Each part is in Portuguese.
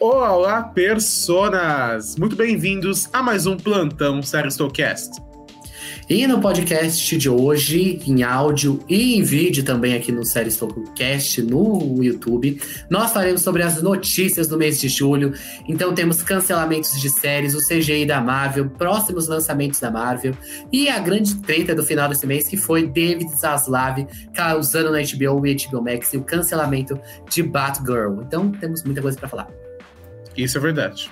Olá, personas! Muito bem-vindos a mais um Plantão Seristocast. E no podcast de hoje, em áudio e em vídeo também aqui no Seristocast, no YouTube, nós faremos sobre as notícias do mês de julho. Então temos cancelamentos de séries, o CGI da Marvel, próximos lançamentos da Marvel e a grande treta do final desse mês, que foi David Zaslav causando na HBO e HBO Max e o cancelamento de Batgirl. Então temos muita coisa para falar. Isso é verdade.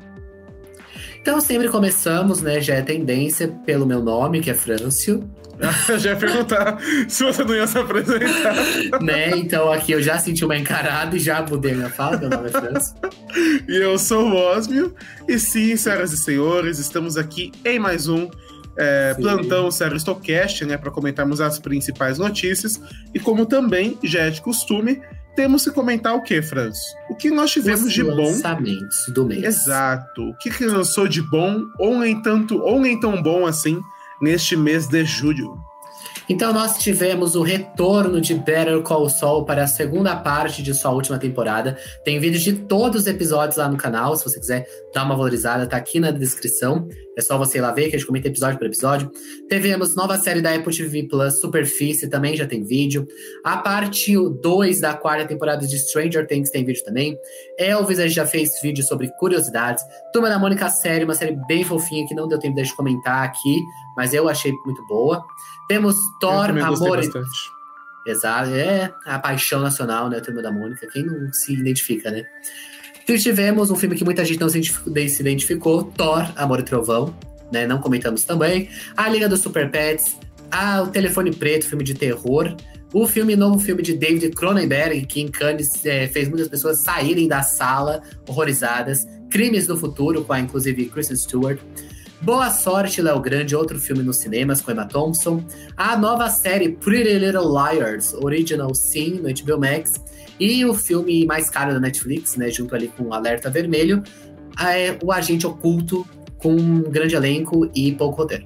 Então sempre começamos, né, já é tendência pelo meu nome, que é Frâncio. Já ia perguntar se você não ia se apresentar. Né, então aqui eu já senti uma encarada e já mudei minha fala, meu nome é Frâncio. E eu sou o Osmio, e sim, senhoras e senhores, estamos aqui em mais um Plantão Seristocast, né, para comentarmos as principais notícias, e como também já é de costume, temos que comentar o que, Franz? O que nós tivemos de bom? Lançamentos do mês. Exato. O que lançou de bom, ou nem tão bom assim, neste mês de julho? Então nós tivemos o retorno de Better Call Saul para a segunda parte de sua última temporada. Tem vídeo de todos os episódios lá no canal, se você quiser dar uma valorizada, tá aqui na descrição. É só você ir lá ver, que a gente comenta episódio por episódio. Tivemos nova série da Apple TV Plus, Superfície, também já tem vídeo. A parte 2 da quarta temporada de Stranger Things tem vídeo também. Elvis, a gente já fez vídeo sobre curiosidades. Turma da Mônica série, uma série bem fofinha que não deu tempo de a gente comentar aqui, mas eu achei muito boa. Temos Thor, Amor... Exato, é a paixão nacional, né, Turma da Mônica. Quem não se identifica, né? E tivemos um filme que muita gente não se identificou, Thor, Amor e Trovão, né? Não comentamos também. A Liga dos Super Pets, o Telefone Preto, filme de terror. O novo filme de David Cronenberg, que em Cannes fez muitas pessoas saírem da sala horrorizadas. Crimes do Futuro, com inclusive Kristen Stewart. Boa Sorte, Léo Grande, outro filme nos cinemas com Emma Thompson. A nova série Pretty Little Liars, Original Sin, no HBO Max. E o filme mais caro da Netflix, né, junto ali com o Alerta Vermelho, O Agente Oculto, com um grande elenco e pouco roteiro.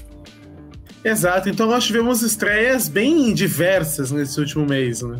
Exato, então nós tivemos estreias bem diversas nesse último mês, né?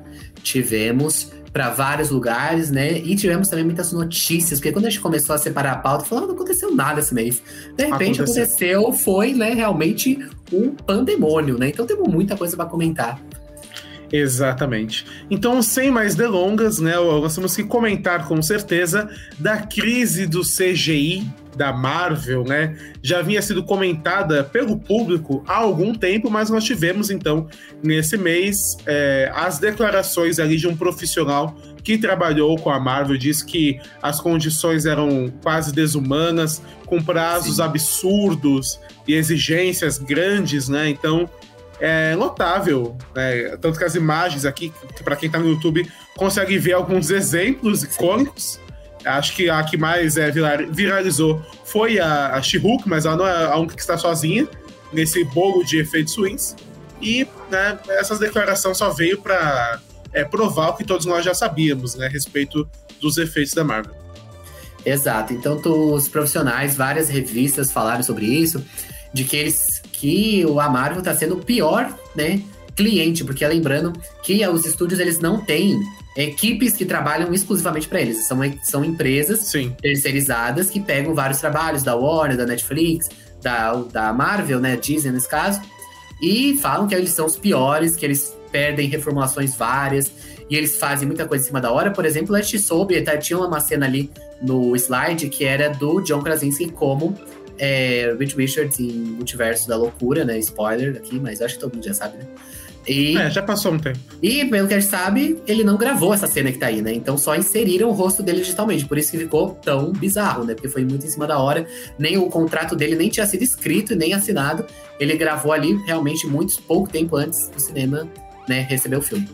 Tivemos para vários lugares, né? E tivemos também muitas notícias, porque quando a gente começou a separar a pauta, falou, não aconteceu nada esse mês. De repente aconteceu, foi, né, realmente um pandemônio, né? Então temos muita coisa para comentar. Exatamente. Então, sem mais delongas, né, nós temos que comentar com certeza da crise do CGI da Marvel, né? Já havia sido comentada pelo público há algum tempo, mas nós tivemos, então, nesse mês, as declarações ali de um profissional que trabalhou com a Marvel, disse que as condições eram quase desumanas, com prazos absurdos e exigências grandes, né? Então, é notável, né? Tanto que as imagens aqui, para quem tá no YouTube, consegue ver alguns exemplos icônicos. Acho que a que mais viralizou foi a She-Hulk, mas ela não é a única que está sozinha nesse bolo de efeitos ruins. E, né, essa declaração só veio para provar o que todos nós já sabíamos, né, a respeito dos efeitos da Marvel. Exato. Então, os profissionais, várias revistas falaram sobre isso, de que a Marvel está sendo o pior, né, cliente, porque lembrando que os estúdios eles não têm equipes que trabalham exclusivamente para eles, são empresas terceirizadas que pegam vários trabalhos da Warner, da Netflix, da Marvel, né, Disney nesse caso, e falam que eles são os piores, que eles perdem reformulações várias, e eles fazem muita coisa em cima da hora. Por exemplo, a gente soube, tinha uma cena ali no slide que era do John Krasinski como Reed Richards em Multiverso da Loucura, né? Spoiler aqui, mas acho que todo mundo já sabe, né? Já passou um tempo. E, pelo que a gente sabe, ele não gravou essa cena que tá aí, né? Então só inseriram o rosto dele digitalmente. Por isso que ficou tão bizarro, né? Porque foi muito em cima da hora. Nem o contrato dele nem tinha sido escrito e nem assinado. Ele gravou ali realmente pouco tempo antes do cinema, né, receber o filme.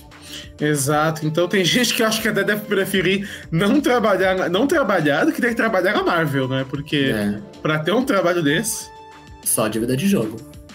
Exato. Então tem gente que acho que até deve preferir não trabalhar do que ter que trabalhar na Marvel, né? Porque pra ter um trabalho desse... Só dívida de jogo.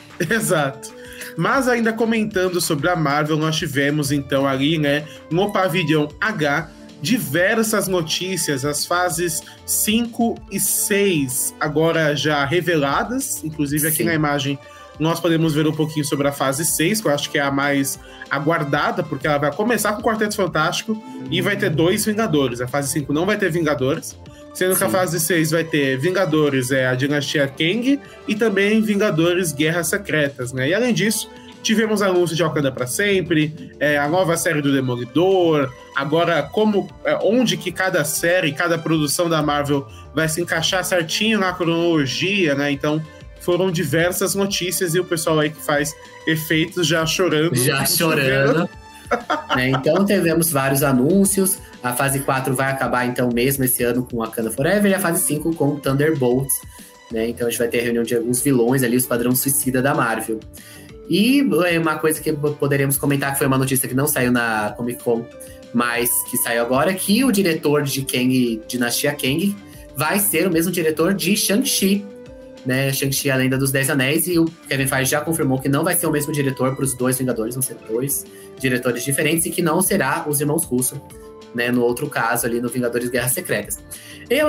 Exato. Mas ainda comentando sobre a Marvel, nós tivemos então ali, né, no pavilhão H, diversas notícias, as fases 5 e 6 agora já reveladas, inclusive aqui na imagem nós podemos ver um pouquinho sobre a fase 6, que eu acho que é a mais aguardada, porque ela vai começar com o Quarteto Fantástico e vai ter 2 Vingadores. A fase 5 não vai ter Vingadores, sendo que a fase 6 vai ter Vingadores, a Dinastia Kang, e também Vingadores Guerras Secretas, né? E além disso, tivemos anúncio de Wakanda pra Sempre, a nova série do Demolidor, agora onde que cada série, cada produção da Marvel vai se encaixar certinho na cronologia, né? Então, foram diversas notícias e o pessoal aí que faz efeitos já chorando. Já chorando. Então, tivemos vários anúncios. A fase 4 vai acabar, então, mesmo esse ano com Wakanda Forever, e a fase 5 com Thunderbolts, né? Então, a gente vai ter a reunião de alguns vilões ali, o Esquadrão Suicida da Marvel. E uma coisa que poderíamos comentar, que foi uma notícia que não saiu na Comic Con, mas que saiu agora, que o diretor de Kang, Dinastia Kang, vai ser o mesmo diretor de Shang-Chi, né? Shang-Chi, a Lenda dos 10 Anéis, e o Kevin Feige já confirmou que não vai ser o mesmo diretor para os 2 Vingadores, vão ser 2 diretores diferentes, e que não será os irmãos Russo, né? No outro caso, ali no Vingadores Guerras Secretas. Eu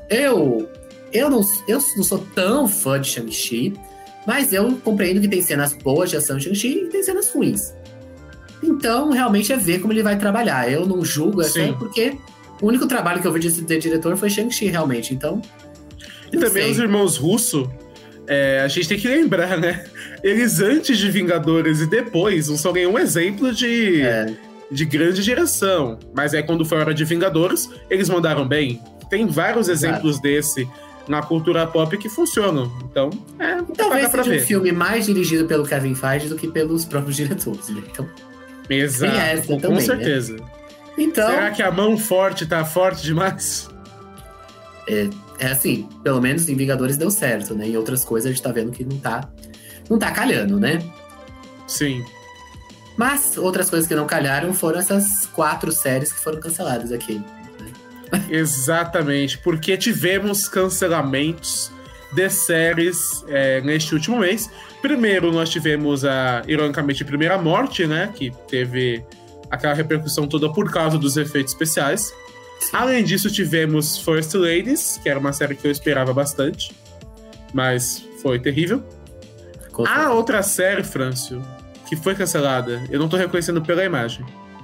não sou tão fã de Shang-Chi, mas eu compreendo que tem cenas boas de ação de Shang-Chi e tem cenas ruins. Então, realmente é ver como ele vai trabalhar. Eu não julgo, porque o único trabalho que eu vi de diretor foi Shang-Chi, realmente. Então, e também os irmãos Russo, a gente tem que lembrar, né? Eles antes de Vingadores e depois não são nenhum exemplo de grande direção. Mas quando foi a hora de Vingadores, eles mandaram bem. Tem vários exemplos desse na cultura pop que funcionam. Então, talvez seja um filme mais dirigido pelo Kevin Feige do que pelos próprios diretores, né? Então, exato, com também, certeza. Né? Então, será que a mão forte tá forte demais? Assim, pelo menos em Vingadores deu certo, né? Em outras coisas a gente tá vendo que não tá calhando, né? Sim. Mas outras coisas que não calharam foram essas 4 séries que foram canceladas aqui. Exatamente, porque tivemos cancelamentos de séries neste último mês. Primeiro, nós tivemos ironicamente, a Primeira Morte, né? Que teve aquela repercussão toda por causa dos efeitos especiais. Sim. Além disso, tivemos First Ladies, que era uma série que eu esperava bastante, mas foi terrível. A outra série, Frâncio, que foi cancelada, eu não tô reconhecendo pela imagem.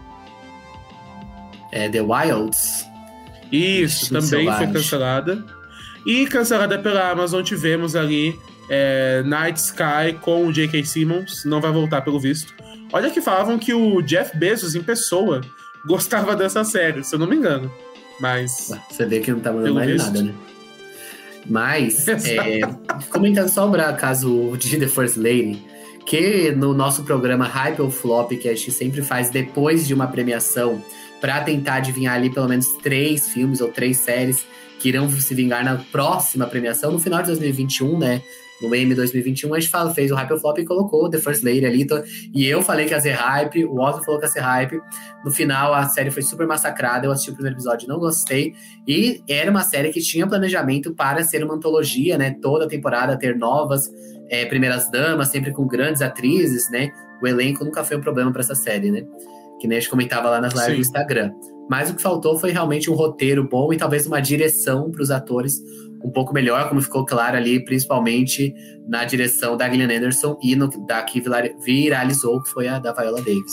The Wilds. Isso, também foi cancelada. E cancelada pela Amazon, tivemos ali Night Sky com o J.K. Simmons. Não vai voltar, pelo visto. Olha que falavam que o Jeff Bezos, em pessoa, gostava dessa série, se eu não me engano. Mas... você vê que não tá mandando mais nada, né? Mas, comentando só o caso de The First Lady, que no nosso programa Hype ou Flop, que a gente sempre faz depois de uma premiação, pra tentar adivinhar ali pelo menos 3 filmes ou 3 séries que irão se vingar na próxima premiação, no final de 2021, né? No Emmy 2021, a gente fez o Hype ou Flop e colocou The First Lady ali. E eu falei que ia ser hype, o Otto falou que ia ser hype. No final, a série foi super massacrada. Eu assisti o primeiro episódio e não gostei. E era uma série que tinha planejamento para ser uma antologia, né? Toda temporada ter novas primeiras damas, sempre com grandes atrizes, né? O elenco nunca foi um problema para essa série, né? Que nem a gente comentava lá nas lives do Instagram. Mas o que faltou foi realmente um roteiro bom e talvez uma direção para os atores um pouco melhor, como ficou claro ali, principalmente na direção da Gillian Anderson e da que viralizou, que foi a da Viola Davis.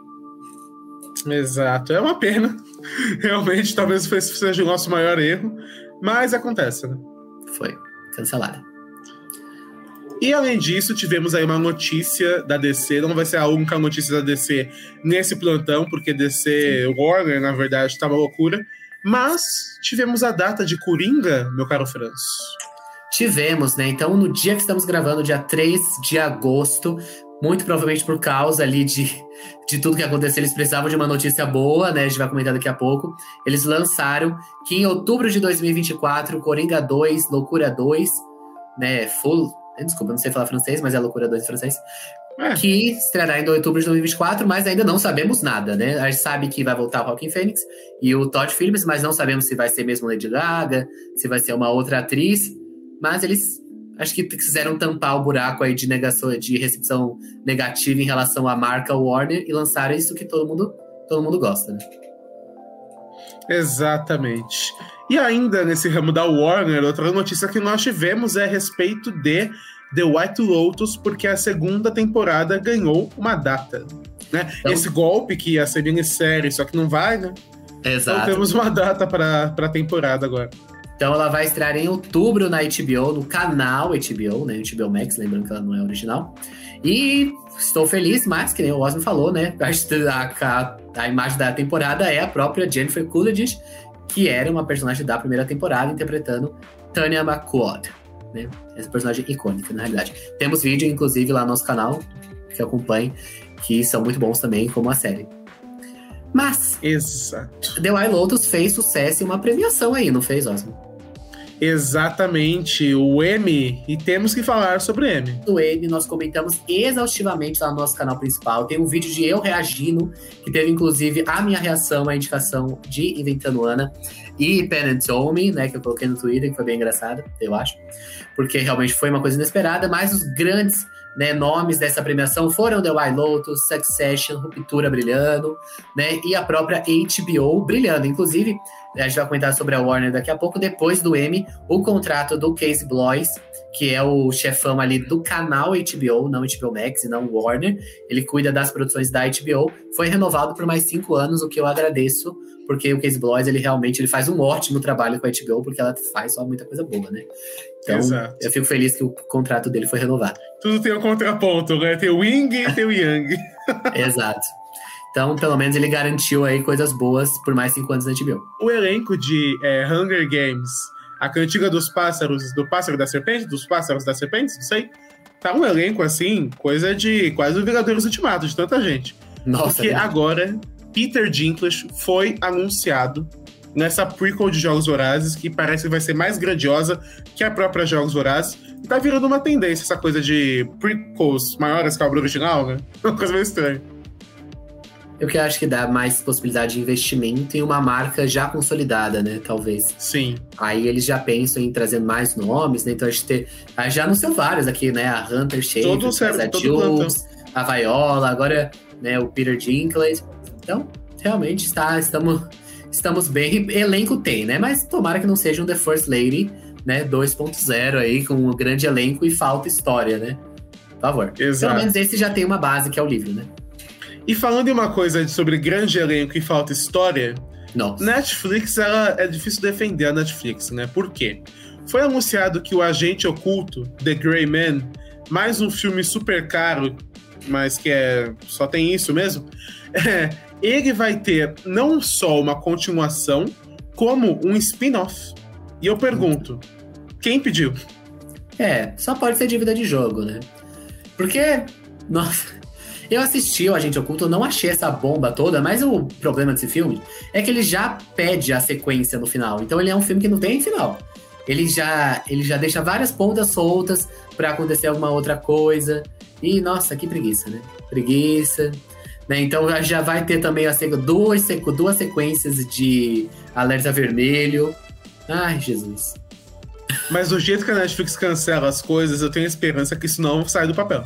Né? Exato, é uma pena. Realmente, talvez seja o nosso maior erro, mas acontece, né? Foi cancelada. E além disso, tivemos aí uma notícia da DC, não vai ser a única notícia da DC nesse plantão, porque DC Warner, na verdade, tá uma loucura, mas tivemos a data de Coringa, meu caro Franz. Tivemos, né? Então, no dia que estamos gravando, dia 3 de agosto, muito provavelmente por causa ali de tudo que aconteceu, eles precisavam de uma notícia boa, né? A gente vai comentar daqui a pouco. Eles lançaram que em outubro de 2024, Coringa 2, Loucura 2, né? Desculpa, não sei falar francês, mas é Loucura 2 em francês. Que estreará em outubro de 2024, mas ainda não sabemos nada, né? A gente sabe que vai voltar o Joaquin Phoenix e o Todd Phillips, mas não sabemos se vai ser mesmo Lady Gaga, se vai ser uma outra atriz. Mas eles, acho que quiseram tampar o buraco aí de recepção negativa em relação à marca Warner e lançaram isso que todo mundo gosta, né? Exatamente. E ainda nesse ramo da Warner, outra notícia que nós tivemos é a respeito de The White Lotus, porque a segunda temporada ganhou uma data, né? Então, esse golpe que ia ser minissérie, só que não vai, né? Exato. Então temos uma data para a temporada agora. Então ela vai estrear em outubro na HBO, no canal HBO, né? HBO Max, lembrando que ela não é original. E estou feliz, mas, que nem o Osmo falou, né? A imagem da temporada é a própria Jennifer Coolidge, que era uma personagem da primeira temporada, interpretando Tanya McQuoid, né? Essa personagem icônica, na realidade. Temos vídeo, inclusive, lá no nosso canal, que acompanhe, que são muito bons também, como a série. Mas, exato. The White Lotus fez sucesso e uma premiação aí, não fez, Osmo? Exatamente, o Emmy, e temos que falar sobre o Emmy. O Emmy nós comentamos exaustivamente lá no nosso canal principal. Tem um vídeo de eu reagindo, que teve inclusive a minha reação à indicação de Inventando Anna e Penn and Tommy, né, que eu coloquei no Twitter, que foi bem engraçado, eu acho, porque realmente foi uma coisa inesperada, mas os grandes, né, nomes dessa premiação foram The White Lotus, Succession, Ruptura brilhando, né, e a própria HBO brilhando. Inclusive, a gente vai comentar sobre a Warner daqui a pouco. Depois do Emmy, o contrato do Casey Bloys, que é o chefão ali do canal HBO, não HBO Max e não Warner, ele cuida das produções da HBO, foi renovado por mais 5 anos, o que eu agradeço, porque o Casey Bloys, ele realmente faz um ótimo trabalho com a HBO, porque ela faz só muita coisa boa, né? Então, exato, eu fico feliz que o contrato dele foi renovado. Tudo tem um contraponto, né? Tem o Wing e tem o Yang. Exato. Então, pelo menos ele garantiu aí coisas boas por mais 5 anos na HBO. O elenco de Hunger Games, a Cantiga dos Pássaros, do Pássaro da Serpente, dos Pássaros da Serpente, não sei. Tá um elenco assim, coisa de quase o Vingadores Ultimato, de tanta gente. Nossa, porque agora Peter Dinklage foi anunciado nessa prequel de Jogos Vorazes, que parece que vai ser mais grandiosa que a própria Jogos Vorazes. E tá virando uma tendência essa coisa de prequels maiores que a obra original, né? Uma coisa meio estranha. Eu que acho que dá mais possibilidade de investimento em uma marca já consolidada, né? Talvez. Sim. Aí eles já pensam em trazer mais nomes, né? Então a gente já anunciou vários aqui, né? A Hunter Schafer, a Jules, a Viola, agora, né, o Peter Dinklage. Então, realmente estamos bem. Elenco tem, né? Mas tomara que não seja um The First Lady, né? 2.0 aí, com um grande elenco e falta história, né? Por favor. Exato. Pelo menos esse já tem uma base, que é o livro, né? E falando em uma coisa sobre grande elenco e falta história, Nossa. Netflix, ela é difícil defender a Netflix, né? Por quê? Foi anunciado que o Agente Oculto, The Gray Man, mais um filme super caro, mas que só tem isso mesmo, ele vai ter não só uma continuação, como um spin-off. E eu pergunto, quem pediu? Só pode ser dívida de jogo, né? Porque, nossa... Eu assisti o Agente Oculto, eu não achei essa bomba toda, mas o problema desse filme é que ele já pede a sequência no final. Então ele é um filme que não tem final. Ele já deixa várias pontas soltas pra acontecer alguma outra coisa. E, nossa, que preguiça, né? Preguiça. Né? Então já vai ter também duas sequências de Alerta Vermelho. Ai, Jesus. Mas do jeito que a Netflix cancela as coisas, eu tenho esperança que isso não sai do papel.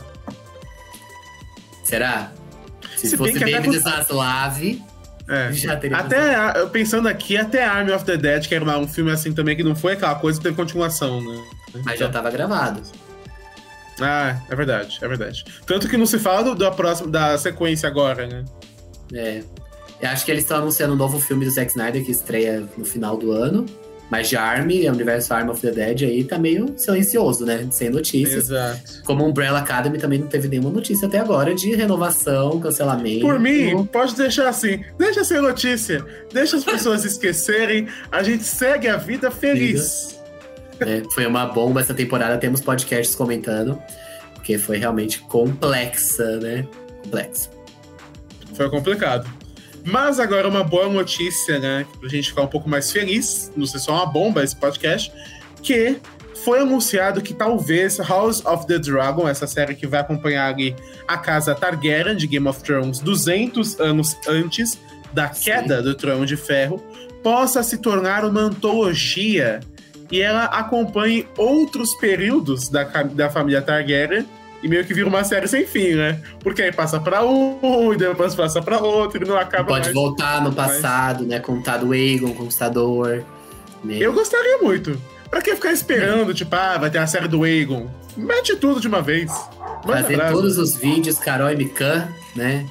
Será? Se fosse Baby Zaslav, já teria... Pensando aqui, até Army of the Dead, que era um filme assim também, que não foi aquela coisa que teve continuação, né? Mas já tava gravado. Ah, é verdade. Tanto que não se fala da sequência agora, né? Eu acho que eles estão anunciando um novo filme do Zack Snyder, que estreia no final do ano. Mas de Army, o universo Army of the Dead aí tá meio silencioso, né? Sem notícias. Exato. Como Umbrella Academy também não teve nenhuma notícia até agora de renovação, cancelamento. Por mim, pode deixar assim. Deixa sem notícia. Deixa as pessoas esquecerem. A gente segue a vida feliz. Foi uma bomba essa temporada. Temos podcasts comentando. Porque foi realmente complexa, né? Foi complicado. Mas agora uma boa notícia, né? Pra gente ficar um pouco mais feliz, não sei se é uma bomba esse podcast, que foi anunciado que talvez House of the Dragon, essa série que vai acompanhar ali a casa Targaryen de Game of Thrones 200 anos antes da queda do Trono de Ferro, possa se tornar uma antologia e ela acompanhe outros períodos da família Targaryen. E meio que vira uma série sem fim, né? Porque aí passa pra um, e depois passa pra outro, e não acaba Pode mais. Voltar no passado, né? Contar do Aegon, Conquistador. Eu gostaria muito. Pra que ficar esperando, tipo, vai ter a série do Aegon? Mete tudo de uma vez. Fazer todos os vídeos, Carol e Mikan, né?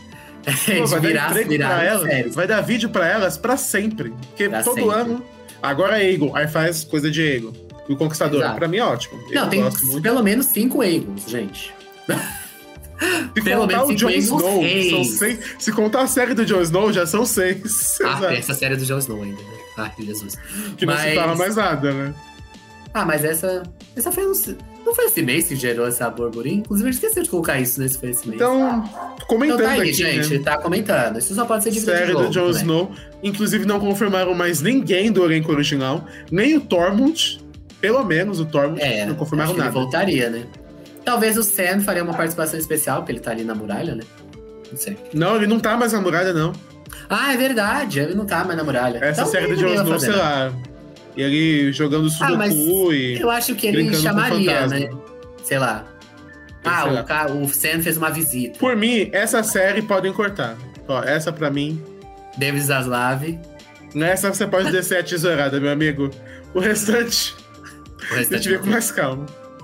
Vai dar vídeo pra elas pra sempre. Porque todo sempre. ano, agora é Aegon, aí faz coisa de Aegon. E o Conquistador, Exato. pra mim é ótimo. Não, tem pelo menos 5 Aegons, gente. Se pelo contar menos o Jon Snow, são 6. 6. Se contar a série do Jon Snow, já são 6. Tem essa série do Jon Snow ainda, né? Ai, Jesus. Que não se fala mais nada, né? Mas essa foi não foi esse mês que gerou essa burburinho? Inclusive, a gente esqueceu de colocar isso nesse foi esse mês. Então, comentando então tá aí, aqui, gente, né? Tá comentando. Isso só pode ser de série do Jon Snow. Inclusive, não confirmaram mais ninguém do elenco original. Nem o Tormund. Pelo menos o Tormund. Não confirmaram nada. Ele voltaria, né? Talvez o Sam faria uma participação especial, porque ele tá ali na muralha, né? Não sei. Não, ele não tá mais na muralha, não. É verdade. Ele não tá mais na muralha. Essa então, série do Jon Snow, sei lá. Ele jogando Sudoku e... Eu acho que ele chamaria, né? Sei lá. O Sam fez uma visita. Por mim, essa série podem cortar. Ó, essa pra mim... David Zaslav. Nessa você pode descer a tesourada, meu amigo. O restante a gente vê com mais calma.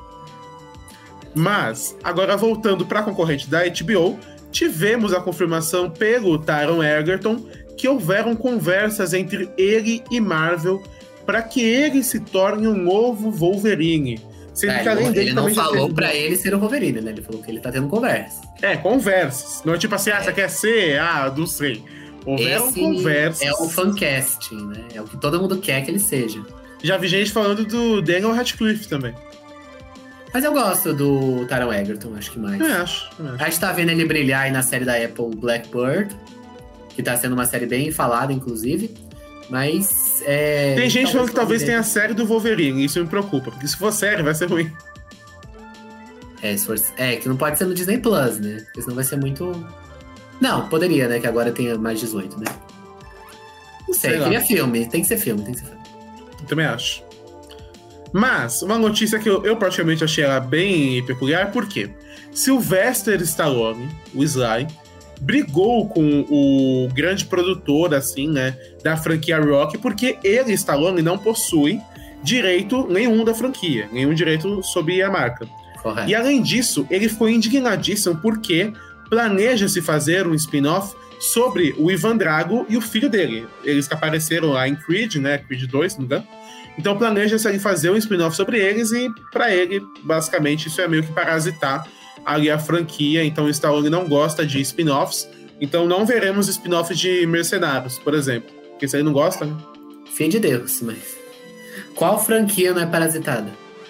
Mas, agora voltando pra concorrente da HBO, tivemos a confirmação pelo Taron Egerton que houveram conversas entre ele e Marvel para que ele se torne um novo Wolverine. Sendo que além dele ele não falou pra ele ser o Wolverine, né? Ele falou que ele tá tendo conversa. Conversas. Não é tipo assim, você quer ser? Não sei. Houveram conversas. É o fancasting, né? É o que todo mundo quer que ele seja. Já vi gente falando do Daniel Radcliffe também. Mas eu gosto do Taron Egerton, acho que mais. Eu acho. A gente tá vendo ele brilhar aí na série da Apple Blackbird, que tá sendo uma série bem falada, inclusive. Mas tem gente falando que talvez tenha a série do Wolverine, isso me preocupa, porque se for série, vai ser ruim. Que não pode ser no Disney Plus, né? Porque senão vai ser muito... Não, poderia, né? Que agora tem mais 18, né? Não sei, queria filme. Tem que ser filme. Eu também acho. Mas, uma notícia que eu praticamente achei ela bem peculiar, por quê? Sylvester Stallone, o Sly, brigou com o grande produtor, assim, né, da franquia Rocky, porque ele, Stallone, não possui direito nenhum da franquia, nenhum direito sobre a marca. Correto. E, além disso, ele ficou indignadíssimo porque planeja-se fazer um spin-off sobre o Ivan Drago e o filho dele. Eles que apareceram lá em Creed, né, Creed 2, se não me engano. Então planeja-se fazer um spin-off sobre eles e, pra ele, basicamente, isso é meio que parasitar ali a franquia. Então o Stallone não gosta de spin-offs, então não veremos spin-off de Mercenários, por exemplo. Porque se ele não gosta, né? Fim de Deus, mas... Qual franquia não é parasitada?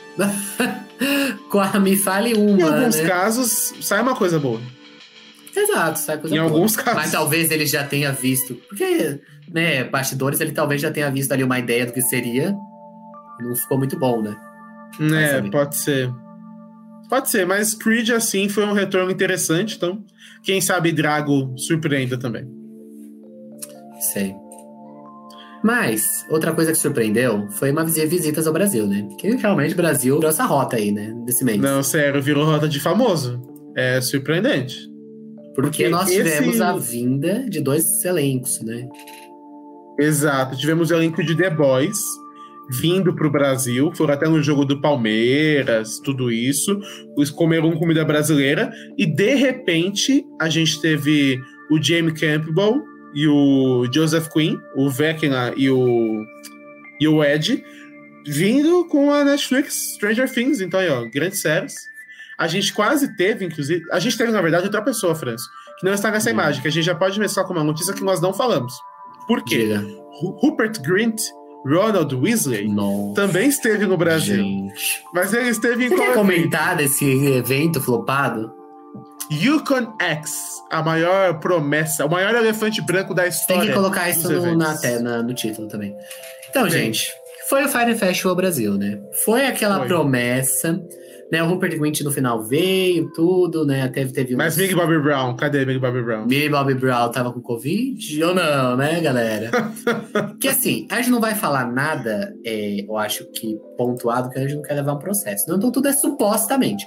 Me fale uma, em alguns né? casos, sai uma coisa boa. Exato, sai coisa boa. Em alguns casos. Mas talvez ele já tenha visto... Porque, né, bastidores, ele talvez já tenha visto ali uma ideia do que seria. Não ficou muito bom, né? Pode ser. Pode ser, mas Creed, assim, foi um retorno interessante, então quem sabe Drago surpreenda também. Sei. Mas, outra coisa que surpreendeu foi uma visitas ao Brasil, né? Que realmente o Brasil virou essa rota aí, né? Desse mês. Não, sério, virou rota de famoso. É surpreendente. Porque nós tivemos a vinda de 2 elencos, né? Exato, tivemos o elenco de The Boys vindo pro Brasil, foram até no jogo do Palmeiras, tudo isso, eles comeram comida brasileira, e de repente a gente teve o Jamie Campbell e o Joseph Quinn, o Vecna e o Ed, vindo com a Netflix Stranger Things. Então aí, ó, grandes séries. A gente quase teve, inclusive, na verdade outra pessoa, Franço, que não está nessa imagem, que a gente já pode mencionar como uma notícia que nós não falamos. Por quê? Rupert Grint, Ronald Weasley, também esteve no Brasil. Gente. Mas ele esteve em... Você quer comentar desse evento flopado? Yukon X, a maior promessa, o maior elefante branco da história. Tem que colocar isso no título também. Então, gente, foi o Fire Festival Brasil, né? Foi aquela promessa, né? O Rupert Grint no final veio, tudo, né? Teve Mas Millie Bobby Brown, cadê Millie Bobby Brown? Millie Bobby Brown tava com Covid ou não, né, galera? Que assim, a gente não vai falar nada, eu acho que pontuado, que a gente não quer levar um processo. Então tudo é supostamente.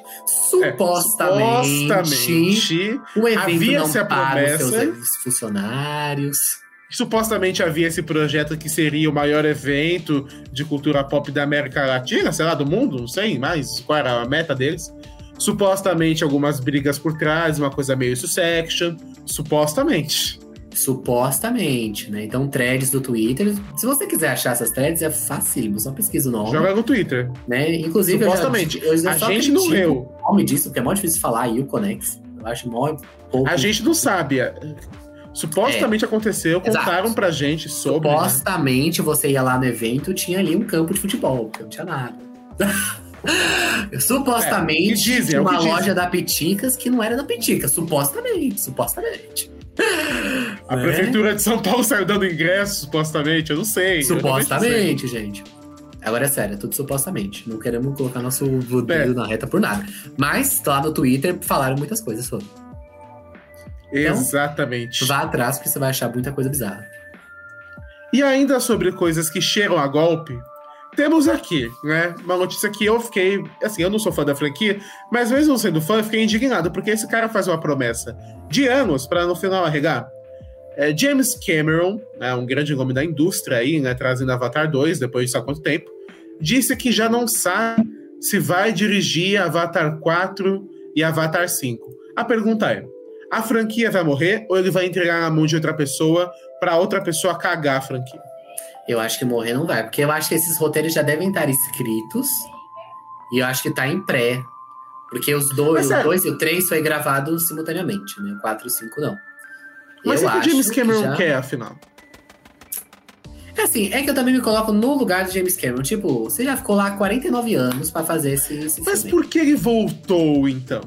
Supostamente o evento não paga os seus funcionários. Supostamente havia esse projeto que seria o maior evento de cultura pop da América Latina, sei lá, do mundo, não sei mais qual era a meta deles. Supostamente algumas brigas por trás, uma coisa meio Succession, supostamente. Supostamente, né? Então, threads do Twitter. Se você quiser achar essas threads, é facílimo, só pesquisa o nome. Joga no Twitter. Né? Inclusive, supostamente. eu a gente não leu o nome disso, porque é muito difícil falar, Uconex. Eu acho mó pouco. A gente não sabe. Supostamente aconteceu, contaram pra gente sobre. Supostamente, você ia lá no evento, tinha ali um campo de futebol, porque não tinha nada. Supostamente, dizem, uma loja da Peticas que não era da Peticas. Supostamente. A prefeitura de São Paulo saiu dando ingresso, supostamente, eu não sei. Supostamente, gente. Agora é sério, é tudo supostamente. Não queremos colocar nosso dedo na reta por nada. Mas lá no Twitter falaram muitas coisas sobre. Exatamente. Então, vá atrás, porque você vai achar muita coisa bizarra. E ainda sobre coisas que cheiram a golpe, temos aqui, né, uma notícia que eu fiquei, assim, eu não sou fã da franquia, mas mesmo não sendo fã, eu fiquei indignado, porque esse cara faz uma promessa de anos para no final arregar. James Cameron, né, um grande nome da indústria aí, né, trazendo Avatar 2, depois de sabe quanto tempo, disse que já não sabe se vai dirigir Avatar 4 e Avatar 5. A pergunta é, a franquia vai morrer ou ele vai entregar na mão de outra pessoa para outra pessoa cagar a franquia? Eu acho que morrer não vai, porque eu acho que esses roteiros já devem estar escritos e eu acho que tá em pré, porque o 2 e o 3 foi gravado simultaneamente, né? O 4 e o 5 não. Mas o que o James Cameron quer, afinal? É assim, é que eu também me coloco no lugar de James Cameron. Tipo, você já ficou lá 49 anos pra fazer esse Mas filme. Por que ele voltou, então?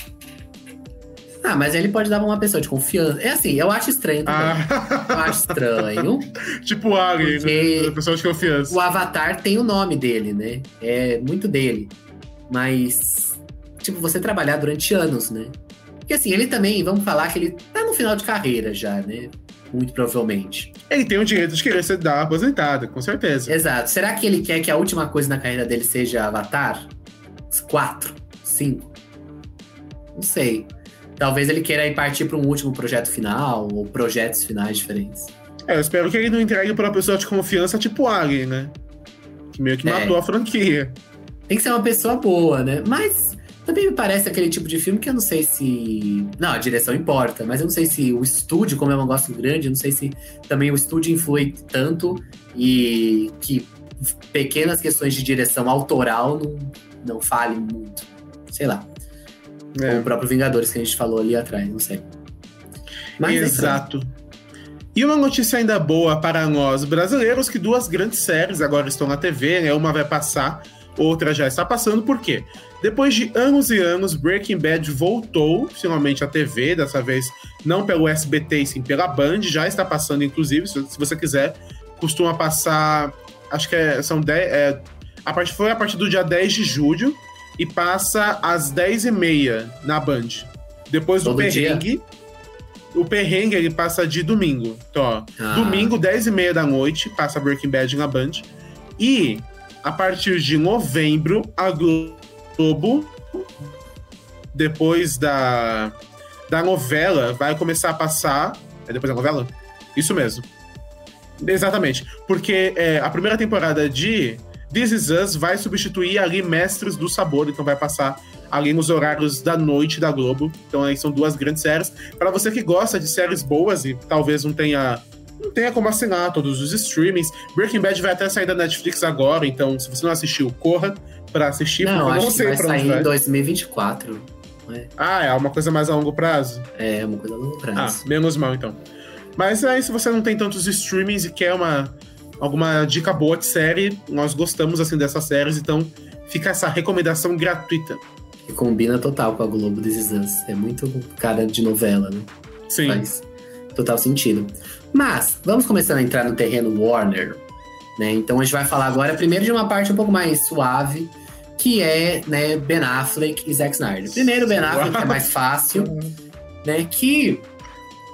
Ah, mas ele pode dar pra uma pessoa de confiança. É assim, eu acho estranho também. Eu acho estranho. Tipo o Ali, né? Pessoa de confiança. O Avatar tem o nome dele, né? É muito dele. Mas, tipo, você trabalhar durante anos, né? Porque assim, ele também, vamos falar que ele tá no final de carreira já, né? Muito provavelmente. Ele tem o direito de querer ser dar aposentado, com certeza. Exato. Será que ele quer que a última coisa na carreira dele seja Avatar? 4? 5? Não sei. Talvez ele queira ir partir para um último projeto final, ou projetos finais diferentes. Eu espero que ele não entregue para uma pessoa de confiança tipo Ali, né? Que meio que matou a franquia. Tem que ser uma pessoa boa, né? Mas também me parece aquele tipo de filme que eu não sei se... Não, a direção importa, mas eu não sei se o estúdio, como é um negócio grande, eu não sei se também o estúdio influi tanto e que pequenas questões de direção autoral não falem muito. Sei lá. Ou o próprio Vingadores que a gente falou ali atrás, não sei. Mas exato. E uma notícia ainda boa para nós brasileiros, que 2 grandes séries agora estão na TV, né? Uma vai passar, outra já está passando. Por quê? Depois de anos e anos, Breaking Bad voltou finalmente à TV, dessa vez não pelo SBT, e sim pela Band, já está passando, inclusive, se você quiser, costuma passar, acho que são 10, foi a partir do dia 10 de julho, e passa às 10h30 na Band. Depois do perrengue. O perrengue ele passa de domingo. Então, ó, domingo, 10h30 da noite, passa Breaking Bad na Band. E a partir de novembro, a Globo, depois da novela, vai começar a passar. É depois da novela? Isso mesmo. Exatamente. Porque a primeira temporada de This Is Us vai substituir ali Mestres do Sabor, então vai passar ali nos horários da noite da Globo. Então aí são 2 grandes séries. Para você que gosta de séries boas e talvez não tenha como assinar todos os streamings, Breaking Bad vai até sair da Netflix agora, então se você não assistiu, corra para assistir. Não, porque acho que vai sair em 2024. Né? É uma coisa mais a longo prazo? É, uma coisa a longo prazo. Menos mal então. Mas aí se você não tem tantos streamings e quer alguma dica boa de série, nós gostamos assim dessas séries, então fica essa recomendação gratuita. E combina total com a Globo This Is Us. É muito cara de novela, né? Sim. Faz total sentido. Mas, vamos começando a entrar no terreno Warner, né? Então a gente vai falar agora primeiro de uma parte um pouco mais suave, que é, né, Ben Affleck e Zack Snyder. Primeiro Ben Affleck, que é mais fácil, né? Que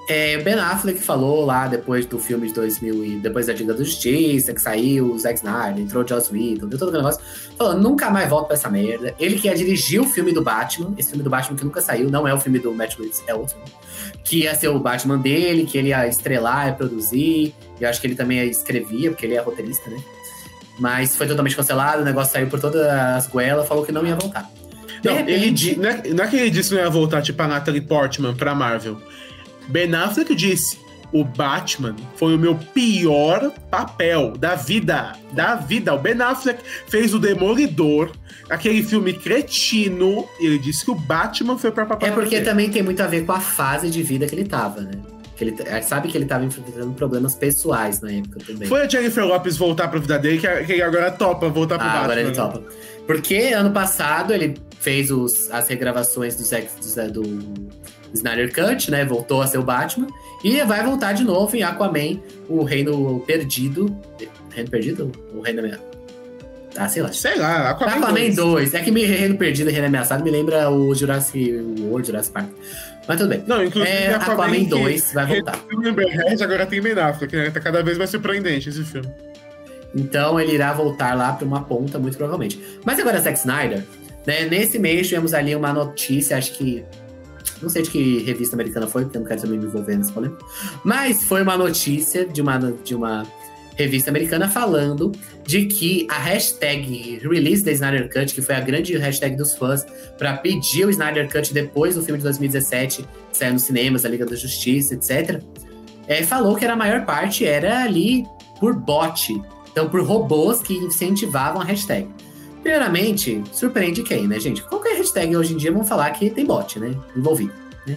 O Ben Affleck falou lá depois do filme de 2000 e depois da Liga da Justiça, que saiu o Zack Snyder, entrou o Joss Whedon, deu todo aquele negócio, falou, nunca mais volto pra essa merda. Ele que ia dirigir o filme do Batman, esse filme do Batman que nunca saiu, não é o filme do Matt Reeves, é outro. Que ia ser o Batman dele, que ele ia estrelar, ia produzir, e eu acho que ele também escrevia, porque ele é roteirista, né? Mas foi totalmente cancelado, o negócio saiu por todas as goelas, falou que não ia voltar. Não, repente, não é que ele disse que não ia voltar, tipo a Natalie Portman pra Marvel. Ben Affleck disse, o Batman foi o meu pior papel da vida. O Ben Affleck fez o Demolidor, aquele filme cretino, e ele disse que o Batman foi o pior papel. É porque também tem muito a ver com a fase de vida que ele tava, né? Que ele sabe que ele tava enfrentando problemas pessoais na época também. Foi a Jennifer Lopez voltar pra vida dele, que ele agora topa voltar pro Batman. Agora ele topa. Porque ano passado ele fez as regravações do Snyder Cut, né? Voltou a ser o Batman. E vai voltar de novo em Aquaman, o Reino Perdido. Reino Perdido? O Reino Ameaçado? Sei lá. Sei lá, Aquaman 2. É que Reino Perdido e Reino Ameaçado me lembra o Jurassic World, Jurassic Park. Mas tudo bem. Não, inclusive Aquaman 2 vai voltar. Agora tem Ben Affleck, né? Tá cada vez mais surpreendente esse filme. Então ele irá voltar lá pra uma ponta, muito provavelmente. Mas agora Zack Snyder, né? Nesse mês tivemos ali uma notícia, acho que... Não sei de que revista americana foi, porque eu não quero também me envolver nesse problema. Mas foi uma notícia de uma revista americana falando de que a hashtag Release the Snyder Cut, que foi a grande hashtag dos fãs para pedir o Snyder Cut depois do filme de 2017, que saiu nos cinemas, a Liga da Justiça, etc., falou que a maior parte era ali por bot. Então, por robôs que incentivavam a hashtag. Primeiramente, surpreende quem, né, gente? Qualquer hashtag hoje em dia vão falar que tem bot, né? Envolvido. Né?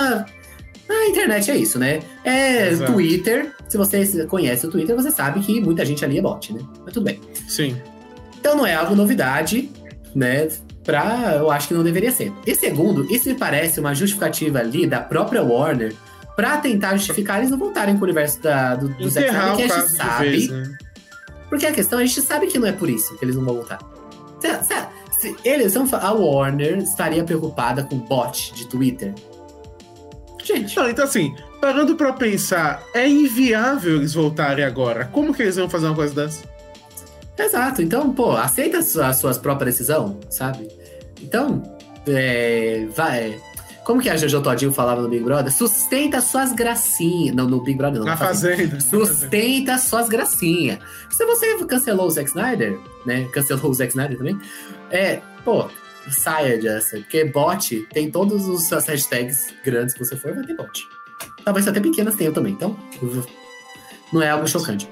A internet é isso, né? Exato. Twitter. Se você conhece o Twitter, você sabe que muita gente ali é bot, né? Mas tudo bem. Sim. Então não é algo novidade, né? Eu acho que não deveria ser. E segundo, isso me parece uma justificativa ali da própria Warner pra tentar justificar eles não voltarem com o universo do Zack Snyder, que a gente sabe. Vez, né? Porque a questão, a gente sabe que não é por isso que eles não vão voltar. A Warner estaria preocupada com bot de Twitter? Gente. Não, então assim, parando pra pensar, é inviável eles voltarem agora. Como que eles vão fazer uma coisa dessa? Exato. Então, aceita as suas próprias decisões, sabe? Então, vai... Como que a Jojo Todinho falava no Big Brother? Sustenta suas gracinhas. Não, no Big Brother não. Na Fazenda. Sustenta suas gracinhas. Se você cancelou o Zack Snyder, né? Cancelou o Zack Snyder também. Saia dessa. Porque bot tem todas as hashtags grandes que você for, vai ter bot. Talvez até pequenas tenham também. Então, não é algo chocante.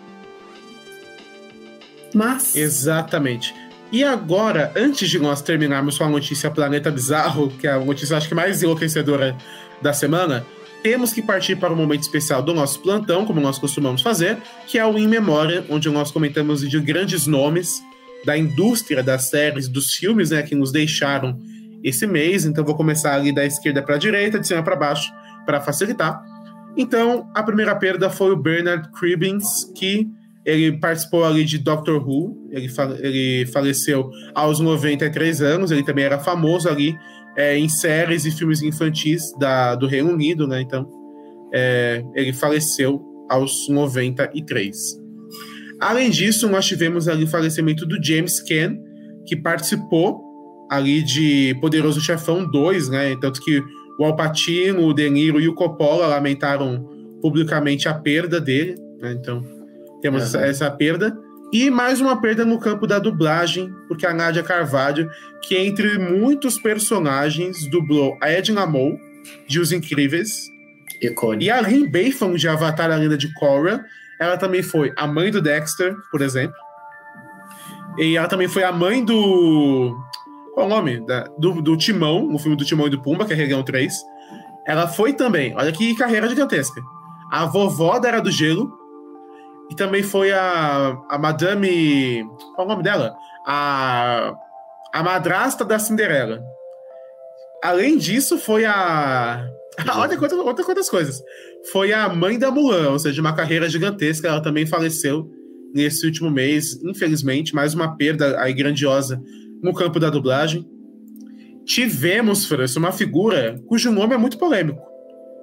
Mas... Exatamente. E agora, antes de nós terminarmos com a notícia Planeta Bizarro, que é a notícia acho que mais enlouquecedora da semana, temos que partir para um momento especial do nosso plantão, como nós costumamos fazer, que é o In Memória, onde nós comentamos de grandes nomes da indústria das séries, dos filmes, né, que nos deixaram esse mês. Então vou começar ali da esquerda para a direita, de cima para baixo, para facilitar. Então, a primeira perda foi o Bernard Cribbins, que ele participou ali de Doctor Who, ele faleceu aos 93 anos, ele também era famoso ali em séries e filmes infantis do Reino Unido, né? Então, ele faleceu aos 93. Além disso, nós tivemos ali o falecimento do James Caan, que participou ali de Poderoso Chefão 2, né? Tanto que o Al Pacino, o De Niro e o Coppola lamentaram publicamente a perda dele, né? Então, temos essa perda. E mais uma perda no campo da dublagem, porque a Nádia Carvalho, que entre muitos personagens dublou a Edna Mode, de Os Incríveis, icônico, e a Lynn Bafon, de Avatar, a Lenda de Korra. Ela também foi a mãe do Dexter, por exemplo. E ela também foi a mãe do... Qual é o nome? Do Timão, no filme do Timão e do Pumba, que é Rei Leão 3. Ela foi também, olha que carreira gigantesca, a vovó da Era do Gelo. E também foi a Madame... Qual é o nome dela? A madrasta da Cinderela. Além disso, foi olha quantas coisas. Foi a mãe da Mulan, ou seja, uma carreira gigantesca. Ela também faleceu nesse último mês, infelizmente. Mais uma perda aí grandiosa no campo da dublagem. Tivemos, França, uma figura cujo nome é muito polêmico.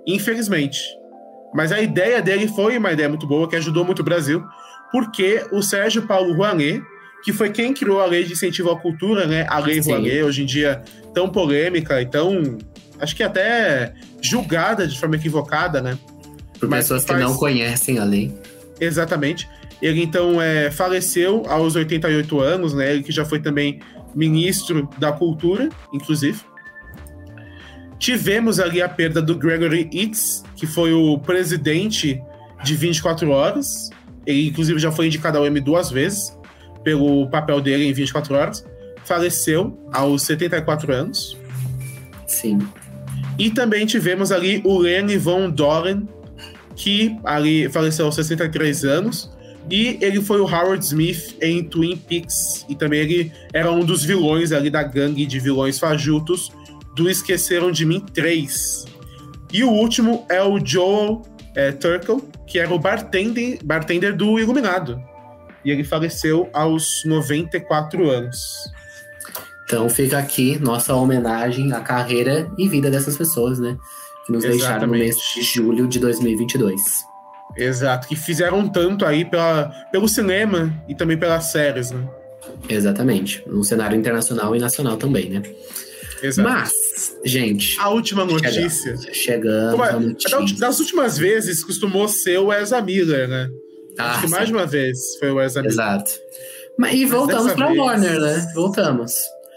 infelizmente. Mas a ideia dele foi uma ideia muito boa, que ajudou muito o Brasil, porque o Sérgio Paulo Rouanet, que foi quem criou a Lei de Incentivo à Cultura, né? A Lei Rouanet, hoje em dia tão polêmica e tão, acho que até julgada de forma equivocada, né? Por pessoas que não conhecem a lei. Exatamente. Ele, então, faleceu aos 88 anos, né? Ele que já foi também ministro da Cultura, inclusive. Tivemos ali a perda do Gregory Itz, que foi o presidente de 24 Horas. Ele, inclusive, já foi indicado ao Emmy 2 vezes pelo papel dele em 24 Horas. Faleceu aos 74 anos. Sim. E também tivemos ali o Lenny Von Doren, que ali faleceu aos 63 anos. E ele foi o Howard Smith em Twin Peaks. E também ele era um dos vilões ali da gangue de vilões fajutos do Esqueceram de Mim 3. E o último é o Joel Turkel, que era o bartender do Iluminado. E ele faleceu aos 94 anos. Então fica aqui nossa homenagem à carreira e vida dessas pessoas, né? Que nos deixaram no mês de julho de 2022. Exato, que fizeram tanto aí pelo cinema e também pelas séries, né? Exatamente, no cenário internacional e nacional também, né? Exato. Mas, gente... A última notícia... Chegamos. Das últimas vezes, costumou ser o Ezra Miller, né? Acho que mais de uma vez foi o Ezra Miller. Exato. E voltamos pra Warner, né? Voltamos.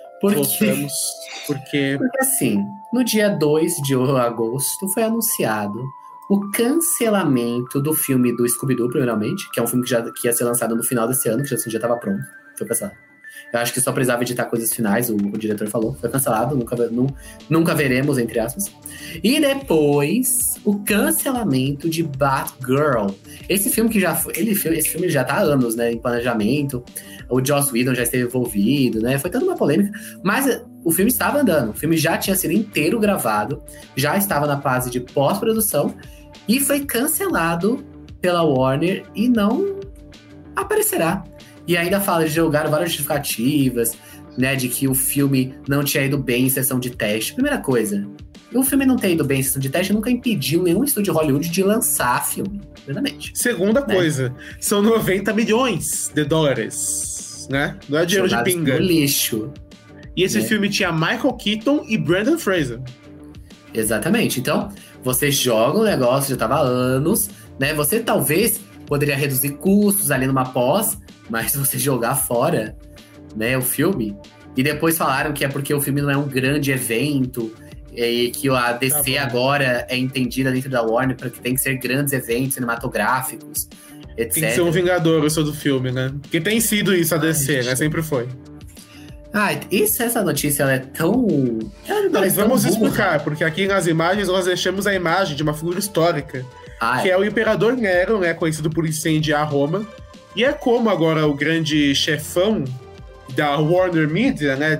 Porque assim, no dia 2 de agosto foi anunciado o cancelamento do filme do Scooby-Doo, primeiramente, que é um filme que ia ser lançado no final desse ano, que já estava pronto, foi cancelado. Eu acho que só precisava editar coisas finais, o diretor falou, foi cancelado, nunca veremos, entre aspas. E depois, o cancelamento de Batgirl. Esse filme esse filme já tá há anos, né, em planejamento, o Joss Whedon já esteve envolvido, né, foi toda uma polêmica, mas o filme estava andando, o filme já tinha sido inteiro gravado, já estava na fase de pós-produção, e foi cancelado pela Warner e não aparecerá. E ainda fala de jogar várias justificativas, né, de que o filme não tinha ido bem em sessão de teste. Primeira coisa, o filme não ter ido bem em sessão de teste nunca impediu nenhum estúdio de Hollywood de lançar filme, verdadeiramente. Segunda coisa, são 90 milhões de dólares, né? Não é dinheiro de pinga. No lixo. E esse filme tinha Michael Keaton e Brendan Fraser. Exatamente. Então, você joga o negócio, já tava há anos, né? Você talvez poderia reduzir custos ali numa pós, mas você jogar fora, né, o filme, e depois falaram que é porque o filme não é um grande evento, e que a DC agora é entendida dentro da Warner para que tem que ser grandes eventos cinematográficos, etc. Tem que ser um vingador, eu sou do filme, né? Porque tem sido isso a DC, né? Sempre foi. Essa notícia, ela é tão... Mas vamos explicar, porque aqui nas imagens nós deixamos a imagem de uma figura histórica, que é o Imperador Nero, né, conhecido por incendiar Roma. E é como agora o grande chefão da Warner Media, né?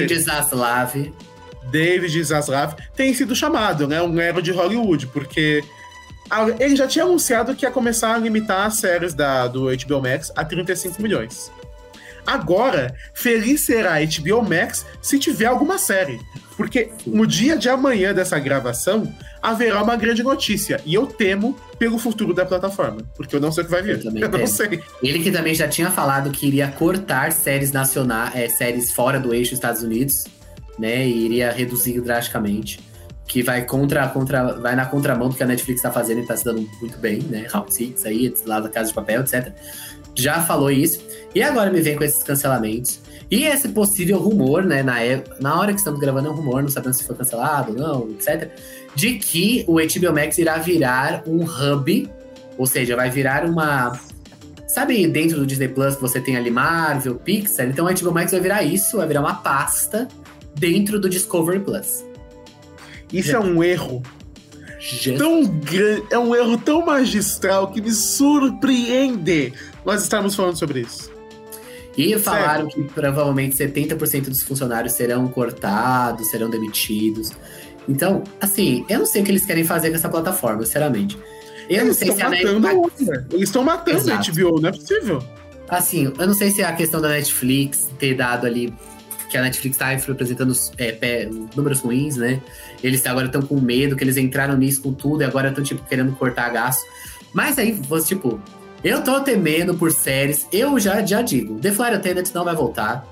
David Zaslav tem sido chamado, né? Um Nero de Hollywood, porque ele já tinha anunciado que ia começar a limitar as séries do HBO Max a 35 milhões. Agora, feliz será a HBO Max se tiver alguma série. Porque no dia de amanhã dessa gravação, haverá uma grande notícia. E eu temo pelo futuro da plataforma. Porque eu não sei o que vai vir. Eu não sei. Ele que também já tinha falado que iria cortar séries nacionais, séries fora do eixo Estados Unidos, né? E iria reduzir drasticamente. Que vai vai na contramão do que a Netflix tá fazendo e tá se dando muito bem, né? Round Six aí, lá da Casa de Papel, etc. Já falou isso. E agora me vem com esses cancelamentos. E esse possível rumor, né? Na hora que estamos gravando é um rumor, não sabemos se foi cancelado ou não, etc. De que o HBO Max irá virar um hub. Ou seja, vai virar uma... Sabe, dentro do Disney Plus que você tem ali Marvel, Pixar? Então o HBO Max vai virar isso, vai virar uma pasta dentro do Discovery Plus. Isso é um erro tão grande, é um erro tão magistral que me surpreende nós estarmos falando sobre isso. E falaram que provavelmente 70% dos funcionários serão cortados, serão demitidos. Então, assim, eu não sei o que eles querem fazer com essa plataforma, sinceramente. Eu não sei se a Netflix... Eles estão matando a HBO, não é possível. Assim, eu não sei se é a questão da Netflix ter dado ali que a Netflix tá apresentando números ruins, né? Eles agora estão com medo, que eles entraram nisso com tudo e agora estão, tipo, querendo cortar gasto. Mas aí, você, tipo, eu tô temendo por séries, eu já digo, The Flight Attendant não vai voltar.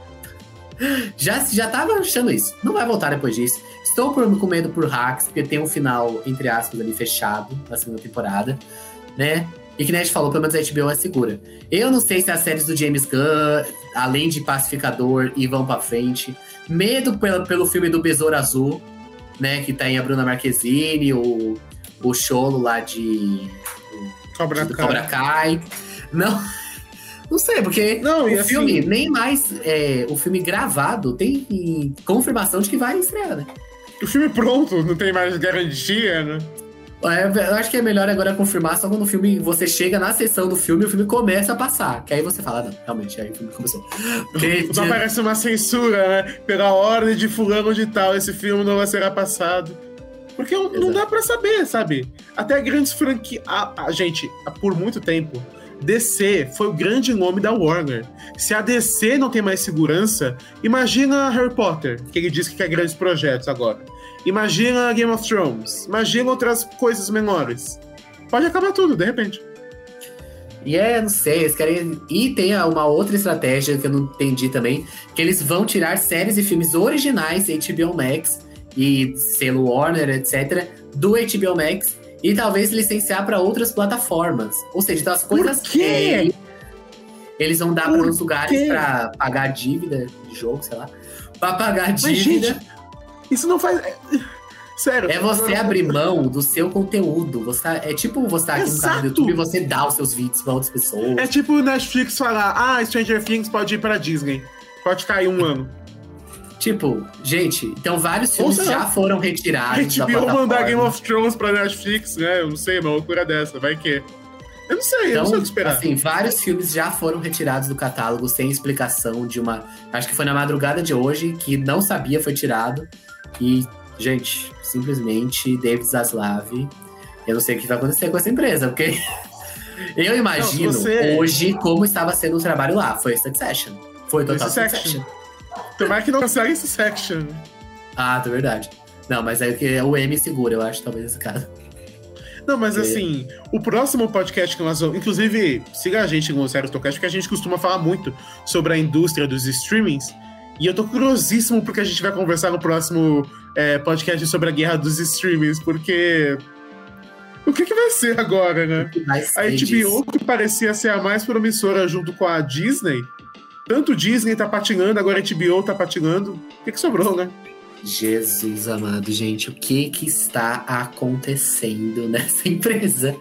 Já tava achando isso, não vai voltar depois disso. Estou com medo por Hacks, porque tem um final, entre aspas, ali, fechado na segunda temporada, né? E que nem a gente falou, pelo menos a HBO é segura. Eu não sei se as séries do James Gunn, além de Pacificador, e vão pra frente. Medo pelo filme do Besouro Azul, né? Que tá em a Bruna Marquezine, o Cholo lá de Cobra Kai. Não sei, porque o filme, nem mais o filme gravado, tem confirmação de que vai estrear, né? O filme pronto, não tem mais garantia, né? Eu acho que é melhor agora confirmar só quando o filme, você chega na sessão do filme e o filme começa a passar. Que aí você fala, não, realmente, aí o filme começou. Só parece uma censura, né? Pela ordem de fulano de tal, esse filme não vai ser passado. Porque não dá pra saber, sabe? Até grandes franquias... Gente, por muito tempo, DC foi o grande nome da Warner. Se a DC não tem mais segurança, imagina Harry Potter, que ele diz que quer grandes projetos agora. Imagina Game of Thrones. Imagina outras coisas menores. Pode acabar tudo, de repente. Não sei, eles querem... E tem uma outra estratégia que eu não entendi também, que eles vão tirar séries e filmes originais HBO Max e selo Warner, etc., do HBO Max e talvez licenciar para outras plataformas. Ou seja, então as coisas... Por quê? Eles vão dar para outros lugares para pagar dívida de jogo, sei lá. Para pagar dívida... Mas, gente, isso não faz... Sério. É você abrir mão do seu conteúdo. É tipo você tá aqui no canal do YouTube e você dá os seus vídeos pra outras pessoas. É tipo o Netflix falar, Stranger Things pode ir pra Disney. Pode cair um ano. Tipo, gente, então vários filmes já foram retirados da plataforma. mandar Game of Thrones pra Netflix, né? Eu não sei, uma loucura dessa. Vai que... Eu não sei, eu não sei o que esperar. Assim, vários filmes já foram retirados do catálogo sem explicação de uma... Acho que foi na madrugada de hoje, que não sabia, foi tirado. E... Gente, simplesmente David Zaslav, eu não sei o que vai acontecer com essa empresa, porque eu imagino hoje como estava sendo o trabalho lá. Foi Succession. Foi total Succession. Tomara que não consegue Succession. Tá verdade. Não, mas é o M segura, eu acho, talvez esse caso. Não, mas assim, o próximo podcast que nós vamos... Inclusive, siga a gente no Seristocast, porque a gente costuma falar muito sobre a indústria dos streamings. E eu tô curiosíssimo porque a gente vai conversar no próximo podcast sobre a guerra dos streamings, porque... O que vai ser agora, né? A HBO, que parecia ser a mais promissora junto com a Disney, tanto Disney tá patinando, agora a HBO tá patinando. O que sobrou, né? Jesus amado, gente, o que está acontecendo nessa empresa?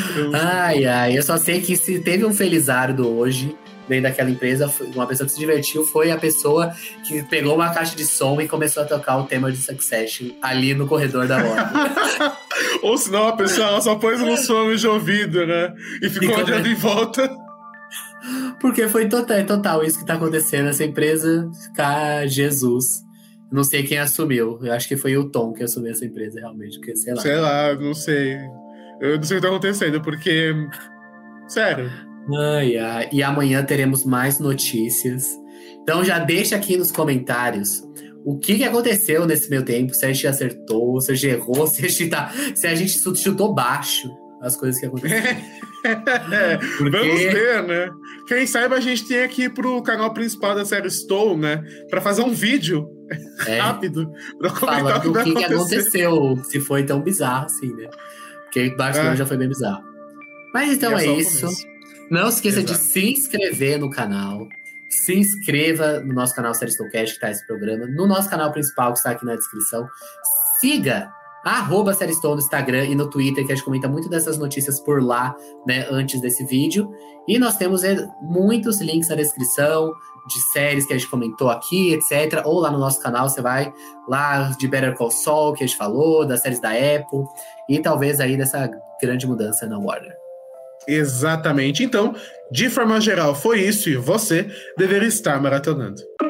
Eu só sei que se teve um felizardo hoje dentro daquela empresa, uma pessoa que se divertiu foi a pessoa que pegou uma caixa de som e começou a tocar o tema de Succession ali no corredor da loja. Ou senão a pessoa ela só pôs no som de ouvido, né? E ficou olhando em volta. Porque foi total isso que tá acontecendo. Essa empresa, Jesus. Não sei quem assumiu. Eu acho que foi o Tom que assumiu essa empresa, realmente. Porque, sei lá. Sei lá, não sei. Eu não sei o que tá acontecendo, porque... Sério. E amanhã teremos mais notícias. Então já deixa aqui nos comentários o que aconteceu nesse meio tempo. Se a gente acertou, se a gente errou, se a gente chutou baixo as coisas que aconteceram. Vamos ver, né? Quem sabe a gente tem aqui pro canal principal da série Stone, né? Pra fazer um vídeo rápido pra comentar o que aconteceu, se foi tão bizarro assim, né? Porque Barcelona já foi bem bizarro. Mas então é isso. Não se esqueça de se inscrever no canal. Se inscreva no nosso canal Série Stocast, que tá esse programa. No nosso canal principal, que está aqui na descrição. Siga @Série Stone no Instagram e no Twitter, que a gente comenta muito dessas notícias por lá, né, antes desse vídeo. E nós temos muitos links na descrição de séries que a gente comentou aqui, etc. Ou lá no nosso canal, você vai lá de Better Call Saul, que a gente falou, das séries da Apple. E talvez aí dessa grande mudança na Warner. Exatamente. Então, de forma geral, foi isso e você deveria estar maratonando.